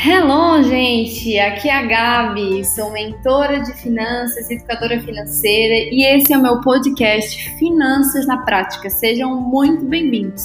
Hello, gente! Aqui é a Gabi, sou mentora de finanças, educadora financeira e esse é o meu podcast Finanças na Prática. Sejam muito bem-vindos!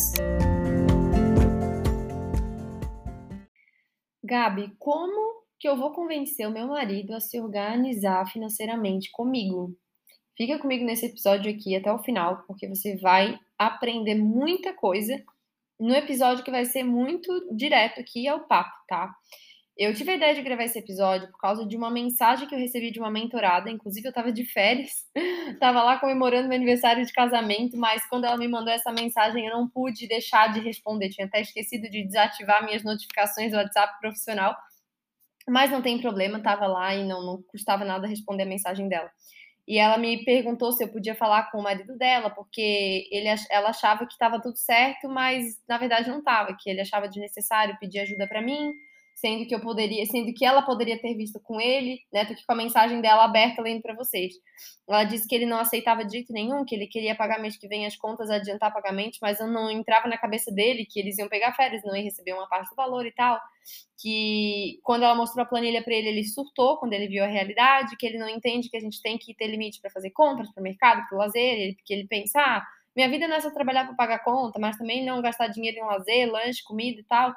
Gabi, como que eu vou convencer o meu marido a se organizar financeiramente comigo? Fica comigo nesse episódio aqui até o final, porque você vai aprender muita coisa no episódio que vai ser muito direto aqui ao papo, tá? Eu tive a ideia de gravar esse episódio por causa de uma mensagem que eu recebi de uma mentorada, inclusive eu estava de férias, estava lá comemorando meu aniversário de casamento, mas quando ela me mandou essa mensagem eu não pude deixar de responder, tinha até esquecido de desativar minhas notificações do WhatsApp profissional, mas não tem problema, estava lá e não custava nada responder a mensagem dela. E ela me perguntou se eu podia falar com o marido dela, porque ela achava que estava tudo certo, mas na verdade não estava, que ele achava desnecessário pedir ajuda para mim, sendo que ela poderia ter visto com ele, né? Tô aqui com a mensagem dela aberta lendo para vocês. Ela disse que ele não aceitava de jeito nenhum, que ele queria pagar mês que vem as contas, adiantar pagamentos, mas eu não entrava na cabeça dele que eles iam pegar férias, não ia receber uma parte do valor e tal. Que quando ela mostrou a planilha para ele surtou quando ele viu a realidade, que ele não entende que a gente tem que ter limite para fazer compras, para o mercado, para o lazer, que ele pensa, minha vida não é só trabalhar para pagar conta, mas também não gastar dinheiro em lazer, lanche, comida e tal.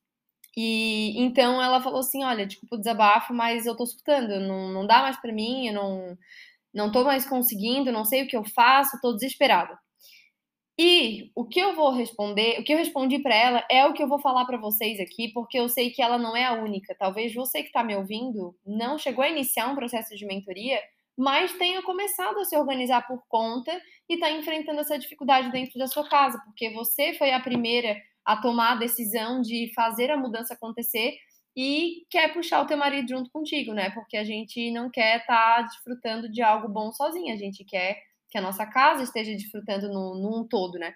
E então ela falou assim, olha, desculpa o desabafo, mas eu tô surtando, não dá mais para mim, eu não tô mais conseguindo, não sei o que eu faço, tô desesperada. E o que eu vou responder, o que eu respondi para ela é o que eu vou falar para vocês aqui, porque eu sei que ela não é a única. Talvez você que está me ouvindo não chegou a iniciar um processo de mentoria, mas tenha começado a se organizar por conta e está enfrentando essa dificuldade dentro da sua casa, porque você foi a primeira a tomar a decisão de fazer a mudança acontecer e quer puxar o teu marido junto contigo, né? Porque a gente não quer estar desfrutando de algo bom sozinha, a gente quer que a nossa casa esteja desfrutando num todo, né?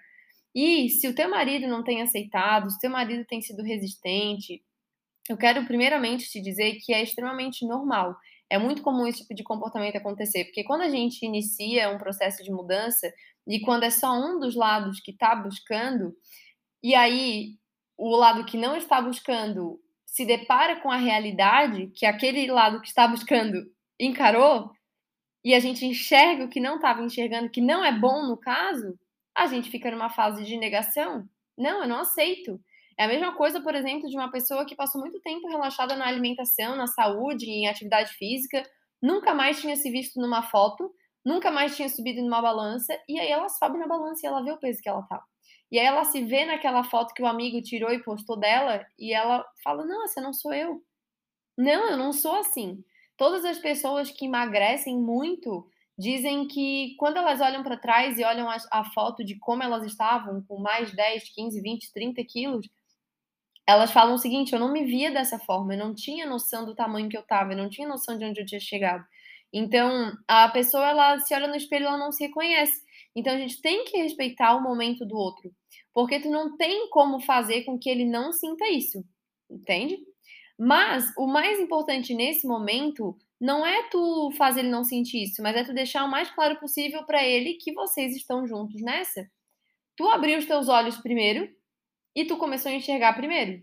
E se o teu marido não tem aceitado, se o teu marido tem sido resistente, eu quero primeiramente te dizer que é extremamente normal. É muito comum esse tipo de comportamento acontecer, porque quando a gente inicia um processo de mudança e quando é só um dos lados que está buscando, e aí o lado que não está buscando se depara com a realidade que aquele lado que está buscando encarou, e a gente enxerga o que não estava enxergando, que não é bom no caso, a gente fica numa fase de negação. Não, eu não aceito. É a mesma coisa, por exemplo, de uma pessoa que passou muito tempo relaxada na alimentação, na saúde, em atividade física, nunca mais tinha se visto numa foto, nunca mais tinha subido numa balança, e aí ela sobe na balança e ela vê o peso que ela tá. E aí ela se vê naquela foto que o amigo tirou e postou dela, e ela fala: Não, essa não sou eu. Não, eu não sou assim. Todas as pessoas que emagrecem muito dizem que quando elas olham para trás e olham a foto de como elas estavam, com mais 10, 15, 20, 30 quilos, elas falam o seguinte: eu não me via dessa forma, eu não tinha noção do tamanho que eu estava, eu não tinha noção de onde eu tinha chegado. Então, a pessoa, ela se olha no espelho e ela não se reconhece. Então, a gente tem que respeitar o momento do outro, porque tu não tem como fazer com que ele não sinta isso, entende? Mas o mais importante nesse momento não é tu fazer ele não sentir isso, mas é tu deixar o mais claro possível para ele que vocês estão juntos nessa. Tu abriu os teus olhos primeiro e tu começou a enxergar primeiro.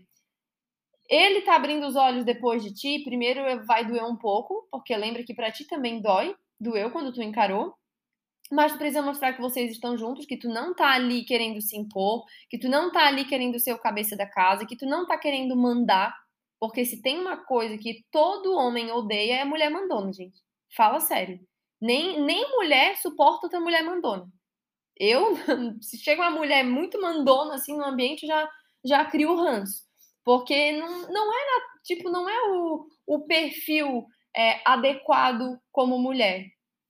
Ele tá abrindo os olhos depois de ti, primeiro vai doer um pouco, porque lembra que para ti também doeu quando tu encarou, mas tu precisa mostrar que vocês estão juntos, que tu não tá ali querendo se impor, que tu não tá ali querendo ser o cabeça da casa, que tu não tá querendo mandar, porque se tem uma coisa que todo homem odeia é mulher mandona, gente. Fala sério. Nem mulher suporta outra mulher mandona. Eu, se chega uma mulher muito mandona assim no ambiente, já crio ranço. Porque não é, tipo, não é o perfil adequado como mulher.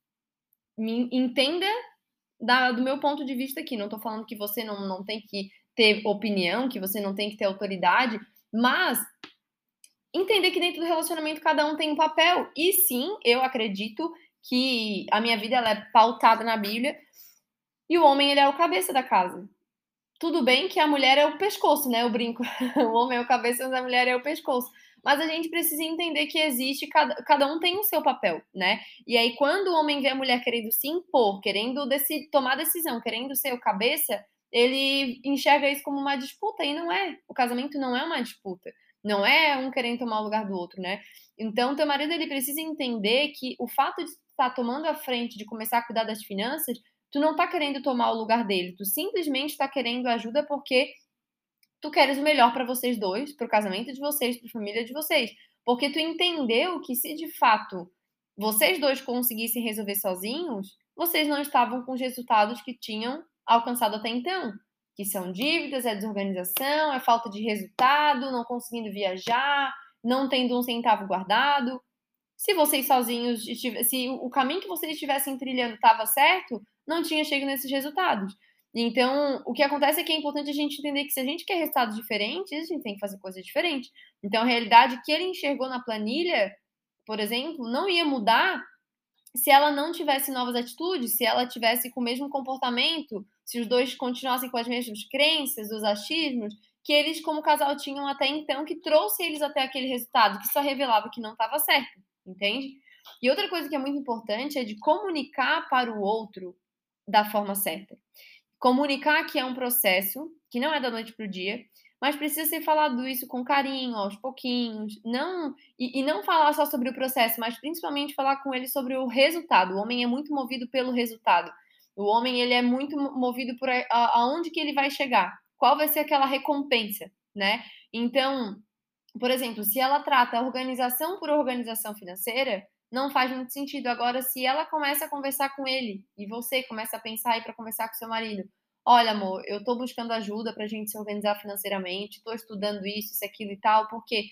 Entenda do meu ponto de vista aqui. Não tô falando que você não tem que ter opinião, que você não tem que ter autoridade, mas entender que dentro do relacionamento cada um tem um papel. E sim, eu acredito que a minha vida ela é pautada na Bíblia e o homem ele é o cabeça da casa. Tudo bem que a mulher é o pescoço, né? Eu brinco. O homem é o cabeça, mas a mulher é o pescoço. Mas a gente precisa entender que existe, cada um tem o seu papel, né? E aí, quando o homem vê a mulher querendo se impor, querendo tomar decisão, querendo ser o cabeça, ele enxerga isso como uma disputa, e não é. O casamento não é uma disputa. Não é um querendo tomar o lugar do outro, né? Então, teu marido, ele precisa entender que o fato de estar tomando a frente, de começar a cuidar das finanças, tu não tá querendo tomar o lugar dele, tu simplesmente tá querendo ajuda porque tu queres o melhor para vocês dois, para o casamento de vocês, para a família de vocês. Porque tu entendeu que se de fato vocês dois conseguissem resolver sozinhos, vocês não estavam com os resultados que tinham alcançado até então. Que são dívidas, é desorganização, é falta de resultado, não conseguindo viajar, não tendo um centavo guardado. Se vocês sozinhos, se o caminho que vocês estivessem trilhando estava certo, não tinha chegado nesses resultados. Então, o que acontece é que é importante a gente entender que se a gente quer resultados diferentes, a gente tem que fazer coisas diferentes. Então, a realidade que ele enxergou na planilha, por exemplo, não ia mudar se ela não tivesse novas atitudes, se ela tivesse com o mesmo comportamento, se os dois continuassem com as mesmas crenças, os achismos, que eles, como casal, tinham até então, que trouxe eles até aquele resultado, que só revelava que não estava certo, entende? E outra coisa que é muito importante é de comunicar para o outro da forma certa. Comunicar que é um processo, que não é da noite para o dia, mas precisa ser falado isso com carinho, aos pouquinhos, não e não falar só sobre o processo, mas principalmente falar com ele sobre o resultado. O homem é muito movido pelo resultado. O homem, ele é muito movido por aonde que ele vai chegar, qual vai ser aquela recompensa, né? Então, por exemplo, se ela trata a organização por organização financeira, não faz muito sentido. Agora, se ela começa a conversar com ele e você começa a pensar aí para conversar com seu marido, olha, amor, eu tô buscando ajuda pra gente se organizar financeiramente, tô estudando isso, aquilo e tal, porque,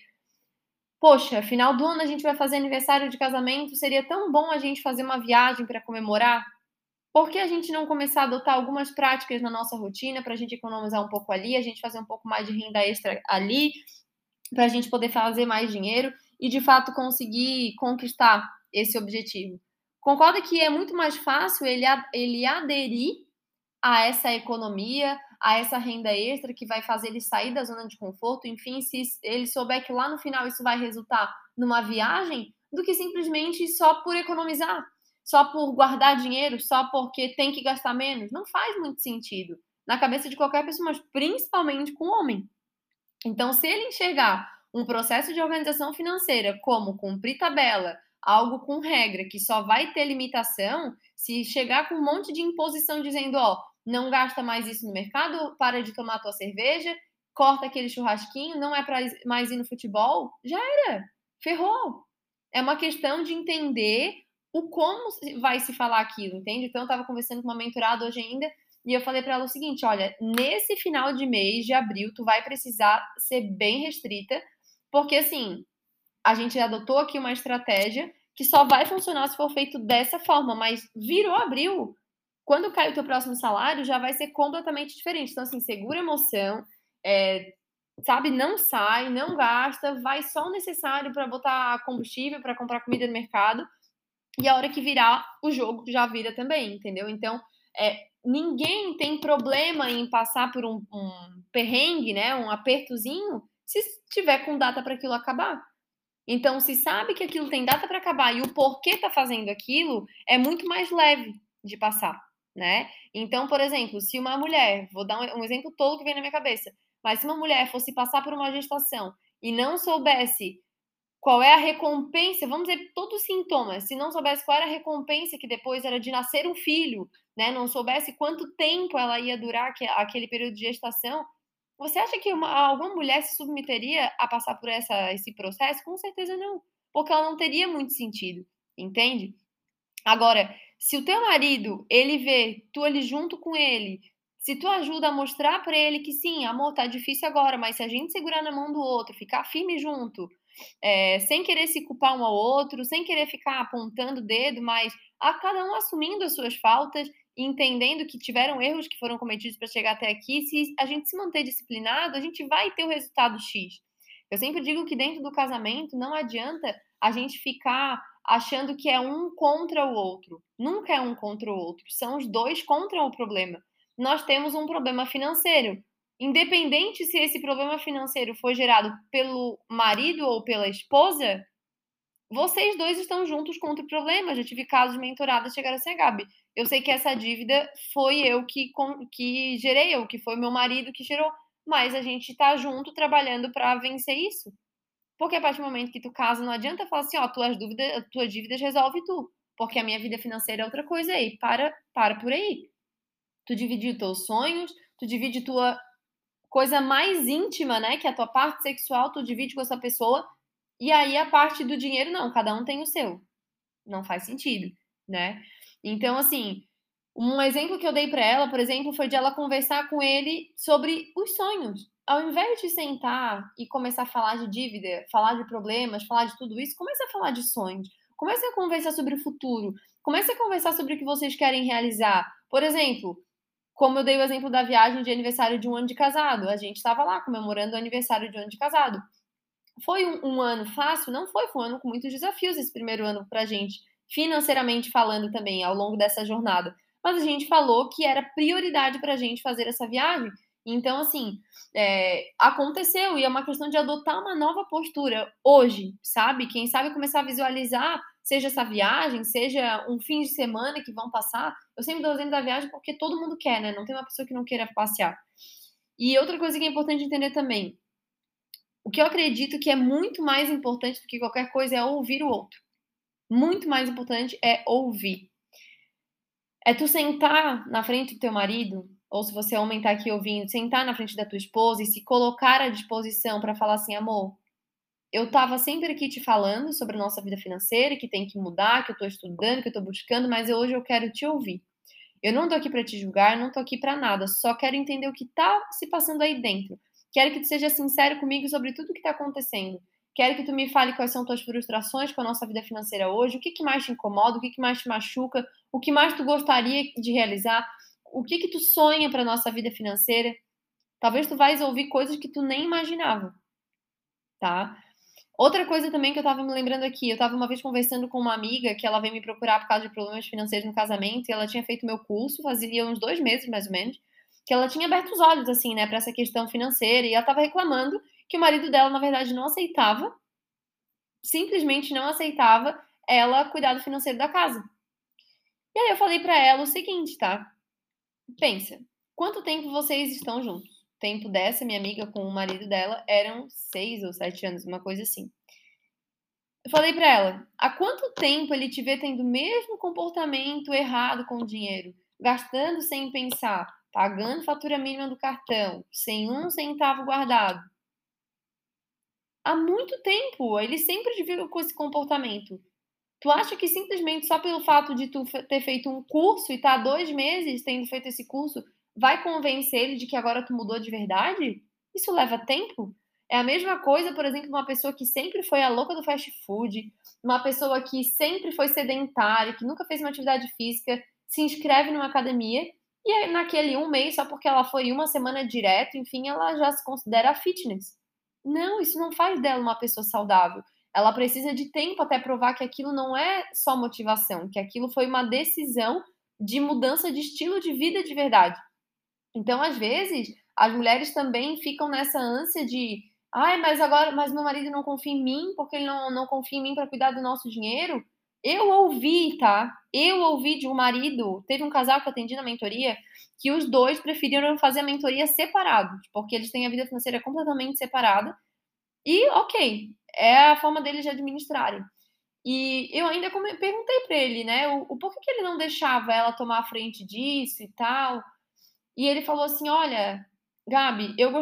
poxa, final do ano a gente vai fazer aniversário de casamento, seria tão bom a gente fazer uma viagem para comemorar. Por que a gente não começar a adotar algumas práticas na nossa rotina para a gente economizar um pouco ali, a gente fazer um pouco mais de renda extra ali, para a gente poder fazer mais dinheiro e de fato conseguir conquistar esse objetivo? Concorda que é muito mais fácil ele aderir a essa economia, a essa renda extra que vai fazer ele sair da zona de conforto, enfim, se ele souber que lá no final isso vai resultar numa viagem, do que simplesmente só por economizar, só por guardar dinheiro, só porque tem que gastar menos. Não faz muito sentido na cabeça de qualquer pessoa, mas principalmente com o homem. Então, se ele enxergar um processo de organização financeira como cumprir tabela, algo com regra, que só vai ter limitação, se chegar com um monte de imposição dizendo, ó, não gasta mais isso no mercado, para de tomar a tua cerveja, corta aquele churrasquinho, não é para mais ir no futebol, já era, ferrou. É uma questão de entender o como vai se falar aquilo, entende? Então, eu estava conversando com uma mentorada hoje ainda, e eu falei para ela o seguinte: olha, nesse final de mês de abril, tu vai precisar ser bem restrita, porque assim, a gente adotou aqui uma estratégia que só vai funcionar se for feito dessa forma, mas virou abril. Quando cai o teu próximo salário, já vai ser completamente diferente. Então, assim, segura a emoção, sabe? Não sai, não gasta, vai só o necessário para botar combustível, para comprar comida no mercado, e a hora que virar, o jogo já vira também, entendeu? Então, ninguém tem problema em passar por um perrengue, né? Um apertozinho, se tiver com data para aquilo acabar. Então, se sabe que aquilo tem data para acabar e o porquê tá fazendo aquilo, é muito mais leve de passar, né? Então, por exemplo, se uma mulher, vou dar um exemplo todo que vem na minha cabeça, mas se uma mulher fosse passar por uma gestação e não soubesse qual é a recompensa, vamos dizer, todos os sintomas, se não soubesse qual era a recompensa que depois era de nascer um filho, né, não soubesse quanto tempo ela ia durar aquele período de gestação, você acha que alguma mulher se submeteria a passar por esse processo? Com certeza não, porque ela não teria muito sentido, entende? Agora, se o teu marido, ele vê tu ali junto com ele, se tu ajuda a mostrar para ele que sim, amor, tá difícil agora, mas se a gente segurar na mão do outro, ficar firme junto, sem querer se culpar um ao outro, sem querer ficar apontando o dedo, mas a cada um assumindo as suas faltas e entendendo que tiveram erros que foram cometidos para chegar até aqui, se a gente se manter disciplinado, a gente vai ter o resultado X. Eu sempre digo que dentro do casamento não adianta a gente ficar achando que é um contra o outro. Nunca é um contra o outro, são os dois contra o problema. Nós temos um problema financeiro. Independente se esse problema financeiro foi gerado pelo marido ou pela esposa, vocês dois estão juntos contra o problema. Já tive casos de mentoradas chegaram assim, Gabi, eu sei que essa dívida foi eu que gerei, eu que foi meu marido que gerou. mas a gente tá junto trabalhando pra vencer isso. Porque a partir do momento que tu casa, não adianta falar assim: "Ó, tuas dívidas resolve tu, porque a minha vida financeira é outra coisa aí", para por aí. Tu divide os teus sonhos, tu divide tua coisa mais íntima, né, que é a tua parte sexual, tu divide com essa pessoa, e aí a parte do dinheiro não, cada um tem o seu. Não faz sentido, né. Então, assim, um exemplo que eu dei pra ela, por exemplo, foi de ela conversar com ele sobre os sonhos. Ao invés de sentar e começar a falar de dívida, falar de problemas, falar de tudo isso, comece a falar de sonhos. Comece a conversar sobre o futuro. Comece a conversar sobre o que vocês querem realizar. Por exemplo, como eu dei o exemplo da viagem de aniversário de 1 ano de casado, a gente estava lá comemorando o aniversário de 1 ano de casado. Foi um ano fácil? Não foi, foi um ano com muitos desafios esse primeiro ano pra gente, financeiramente falando também, ao longo dessa jornada. Mas a gente falou que era prioridade pra gente fazer essa viagem. Então, assim, aconteceu e é uma questão de adotar uma nova postura hoje, sabe? Quem sabe começar a visualizar, seja essa viagem, seja um fim de semana que vão passar. Eu sempre dou o exemplo da viagem porque todo mundo quer, né? Não tem uma pessoa que não queira passear. E outra coisa que é importante entender também, o que eu acredito que é muito mais importante do que qualquer coisa é ouvir o outro. Muito mais importante é ouvir. É tu sentar na frente do teu marido, ou se você é homem tá aqui ouvindo, sentar na frente da tua esposa e se colocar à disposição para falar assim: "Amor, eu estava sempre aqui te falando sobre a nossa vida financeira, que tem que mudar, que eu tô estudando, que eu tô buscando, mas hoje eu quero te ouvir. Eu não tô aqui pra te julgar, não tô aqui pra nada, só quero entender o que tá se passando aí dentro. Quero que tu seja sincero comigo sobre tudo o que tá acontecendo. Quero que tu me fale quais são tuas frustrações com a nossa vida financeira hoje, o que que mais te incomoda, o que que mais te machuca, o que mais tu gostaria de realizar, o que que tu sonha pra nossa vida financeira. Talvez tu vais ouvir coisas que tu nem imaginava, tá? Outra coisa também que eu estava me lembrando aqui, eu estava uma vez conversando com uma amiga que ela veio me procurar por causa de problemas financeiros no casamento e ela tinha feito meu curso, fazia uns 2 meses mais ou menos, que ela tinha aberto os olhos, assim, né, pra essa questão financeira e ela estava reclamando que o marido dela, na verdade, não aceitava, simplesmente não aceitava ela cuidar do financeiro da casa. E aí eu falei pra ela o seguinte, tá, pensa, quanto tempo vocês estão juntos? O tempo dessa minha amiga com o marido dela eram 6 ou 7 anos, uma coisa assim. Eu falei pra ela: "Há quanto tempo ele te vê tendo o mesmo comportamento errado com o dinheiro, gastando sem pensar, pagando fatura mínima do cartão, sem um centavo guardado? Há muito tempo, ele sempre te viu com esse comportamento. Tu acha que simplesmente só pelo fato de tu ter feito um curso e tá há 2 meses tendo feito esse curso, vai convencer ele de que agora tu mudou de verdade? Isso leva tempo. É a mesma coisa, por exemplo, uma pessoa que sempre foi a louca do fast food, uma pessoa que sempre foi sedentária, que nunca fez uma atividade física, se inscreve numa academia e aí naquele um mês, só porque ela foi uma semana direto, enfim, ela já se considera fitness. Não, isso não faz dela uma pessoa saudável. Ela precisa de tempo até provar que aquilo não é só motivação, que aquilo foi uma decisão de mudança de estilo de vida de verdade. Então, às vezes, as mulheres também ficam nessa ânsia de: "Ai, mas meu marido não confia em mim, porque ele não confia em mim para cuidar do nosso dinheiro". Eu ouvi, tá, eu ouvi de um marido, teve um casal que eu atendi na mentoria, que os 2 preferiram fazer a mentoria separados, porque eles têm a vida financeira completamente separada e ok, é a forma deles de administrarem. E eu ainda perguntei pra ele, né, o porquê que ele não deixava ela tomar a frente disso e tal. E ele falou assim: "Olha, Gabi, eu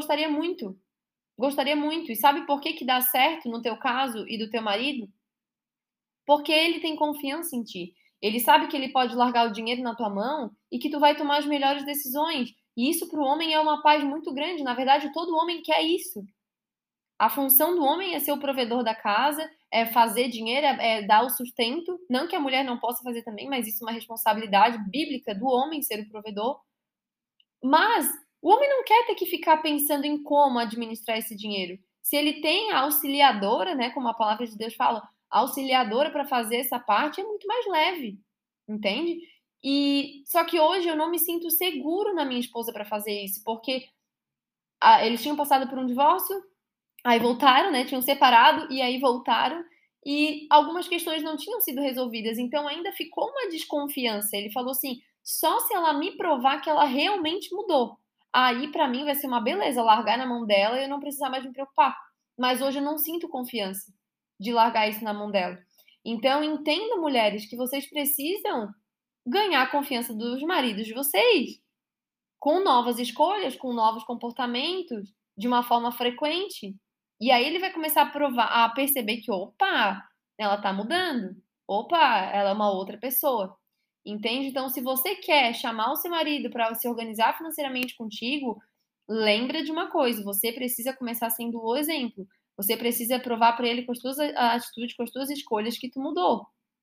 gostaria muito. E sabe por que que dá certo no teu caso e do teu marido? Porque ele tem confiança em ti. Ele sabe que ele pode largar o dinheiro na tua mão e que tu vai tomar as melhores decisões. E isso para o homem é uma paz muito grande. Na verdade, todo homem quer isso. A função do homem é ser o provedor da casa, é fazer dinheiro, é dar o sustento. Não que a mulher não possa fazer também, mas isso é uma responsabilidade bíblica do homem ser o provedor. Mas o homem não quer ter que ficar pensando em como administrar esse dinheiro. Se ele tem a auxiliadora, né, como a palavra de Deus fala, a auxiliadora para fazer essa parte, é muito mais leve, entende? E só que hoje eu não me sinto seguro na minha esposa para fazer isso, porque eles tinham passado por um divórcio, aí voltaram, né, tinham separado e aí voltaram, e algumas questões não tinham sido resolvidas, então ainda ficou uma desconfiança. Ele falou assim: "Só se ela me provar que ela realmente mudou. aí pra mim vai ser uma beleza largar na mão dela e eu não precisar mais me preocupar. Mas hoje eu não sinto confiança de largar isso na mão dela. Então, entendam, mulheres, que vocês precisam ganhar a confiança dos maridos de vocês com novas escolhas, com novos comportamentos, de uma forma frequente. E aí ele vai começar a perceber que, opa, ela tá mudando. Opa, ela é uma outra pessoa. Entende? Então, se você quer chamar o seu marido para se organizar financeiramente contigo, lembra de uma coisa, você precisa começar sendo o exemplo. Você precisa provar para ele com as tuas atitudes, com as tuas escolhas que tu mudou.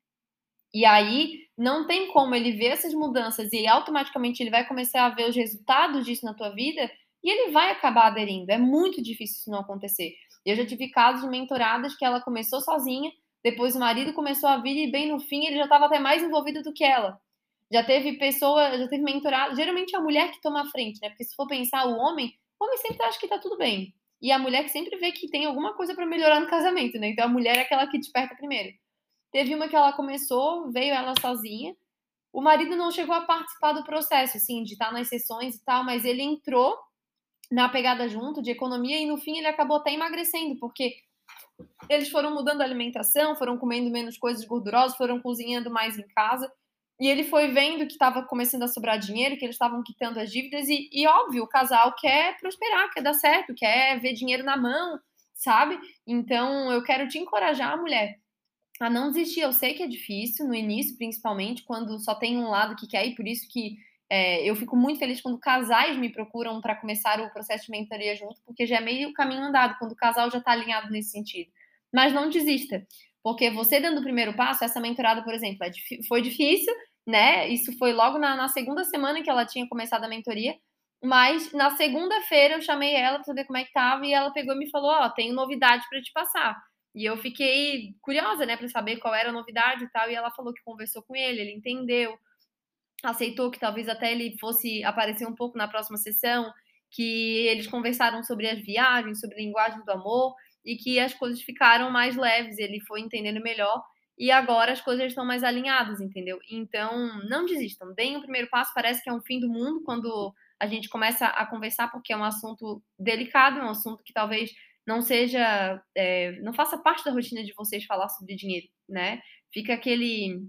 E aí não tem como ele ver essas mudanças e automaticamente ele vai começar a ver os resultados disso na tua vida e ele vai acabar aderindo. É muito difícil isso não acontecer. Eu já tive casos de mentoradas que ela começou sozinha, depois o marido começou a vir e bem no fim ele já estava até mais envolvido do que ela. Já teve mentorada, geralmente é a mulher que toma a frente, né? Porque se for pensar o homem sempre acha que tá tudo bem. E a mulher que sempre vê que tem alguma coisa para melhorar no casamento, né? Então a mulher é aquela que desperta primeiro. Teve uma que ela começou, veio ela sozinha. O marido não chegou a participar do processo, assim, de estar nas sessões e tal, mas ele entrou na pegada junto de economia e no fim ele acabou até emagrecendo, porque eles foram mudando a alimentação, foram comendo menos coisas gordurosas, foram cozinhando mais em casa. E ele foi vendo que estava começando a sobrar dinheiro, que eles estavam quitando as dívidas e óbvio, o casal quer prosperar, quer dar certo, quer ver dinheiro na mão, sabe? Então, eu quero te encorajar, mulher, a não desistir. Eu sei que é difícil, no início, principalmente, quando só tem um lado que quer, e por isso que eu fico muito feliz quando casais me procuram para começar o processo de mentoria junto, porque já é meio caminho andado, quando o casal já está alinhado nesse sentido. Mas não desista, porque você dando o primeiro passo, essa mentorada, por exemplo, foi difícil, né? Isso foi logo na segunda semana que ela tinha começado a mentoria, mas na segunda-feira eu chamei ela para saber como é que estava e ela pegou e me falou, ó, tenho novidade para te passar. E eu fiquei curiosa, né, para saber qual era a novidade e tal, e ela falou que conversou com ele entendeu, aceitou que talvez até ele fosse aparecer um pouco na próxima sessão, que eles conversaram sobre as viagens, sobre a linguagem do amor, e que as coisas ficaram mais leves, ele foi entendendo melhor, e agora as coisas estão mais alinhadas, entendeu? Então, não desistam, deem o primeiro passo, parece que é um fim do mundo quando a gente começa a conversar, porque é um assunto delicado, é um assunto que talvez não seja, não faça parte da rotina de vocês falar sobre dinheiro, né? Fica aquele...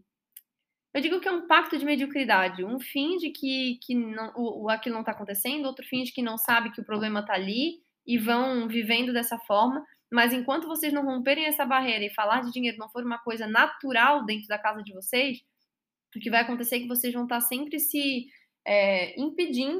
Eu digo que é um pacto de mediocridade. Um finge que não, aquilo não está acontecendo, outro finge que não sabe que o problema está ali e vão vivendo dessa forma. Mas enquanto vocês não romperem essa barreira e falar de dinheiro não for uma coisa natural dentro da casa de vocês, o que vai acontecer é que vocês vão estar sempre se impedindo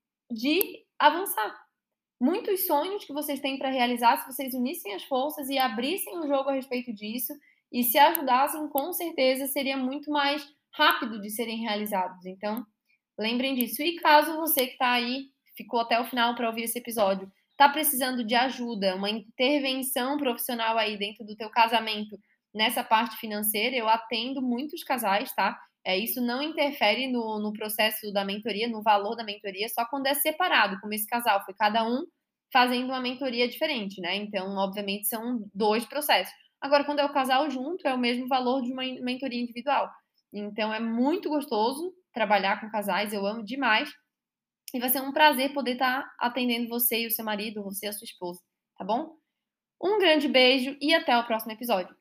de avançar. Muitos sonhos que vocês têm para realizar, se vocês unissem as forças e abrissem o jogo a respeito disso e se ajudassem, com certeza seria muito mais rápido de serem realizados. Então, lembrem disso. E caso você que está aí, ficou até o final para ouvir esse episódio, está precisando de ajuda, uma intervenção profissional aí dentro do teu casamento nessa parte financeira, eu atendo muitos casais, tá? Isso não interfere no processo da mentoria, no valor da mentoria, só quando é separado, como esse casal, foi cada um fazendo uma mentoria diferente, né? Então, obviamente, são 2 processos. Agora, quando é o casal junto, é o mesmo valor de uma mentoria individual. Então, é muito gostoso trabalhar com casais, eu amo demais. E vai ser um prazer poder estar atendendo você e o seu marido, você e a sua esposa, tá bom? Um grande beijo e até o próximo episódio.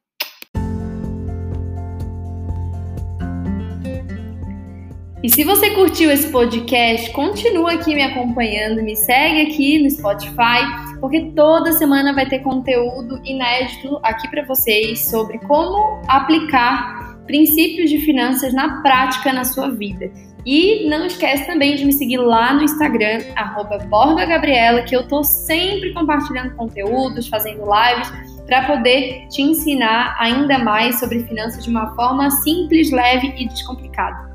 E se você curtiu esse podcast, continua aqui me acompanhando, me segue aqui no Spotify, porque toda semana vai ter conteúdo inédito aqui para vocês sobre como aplicar princípios de finanças na prática na sua vida. E não esquece também de me seguir lá no Instagram, @BorgaGabriela, que eu tô sempre compartilhando conteúdos, fazendo lives, para poder te ensinar ainda mais sobre finanças de uma forma simples, leve e descomplicada.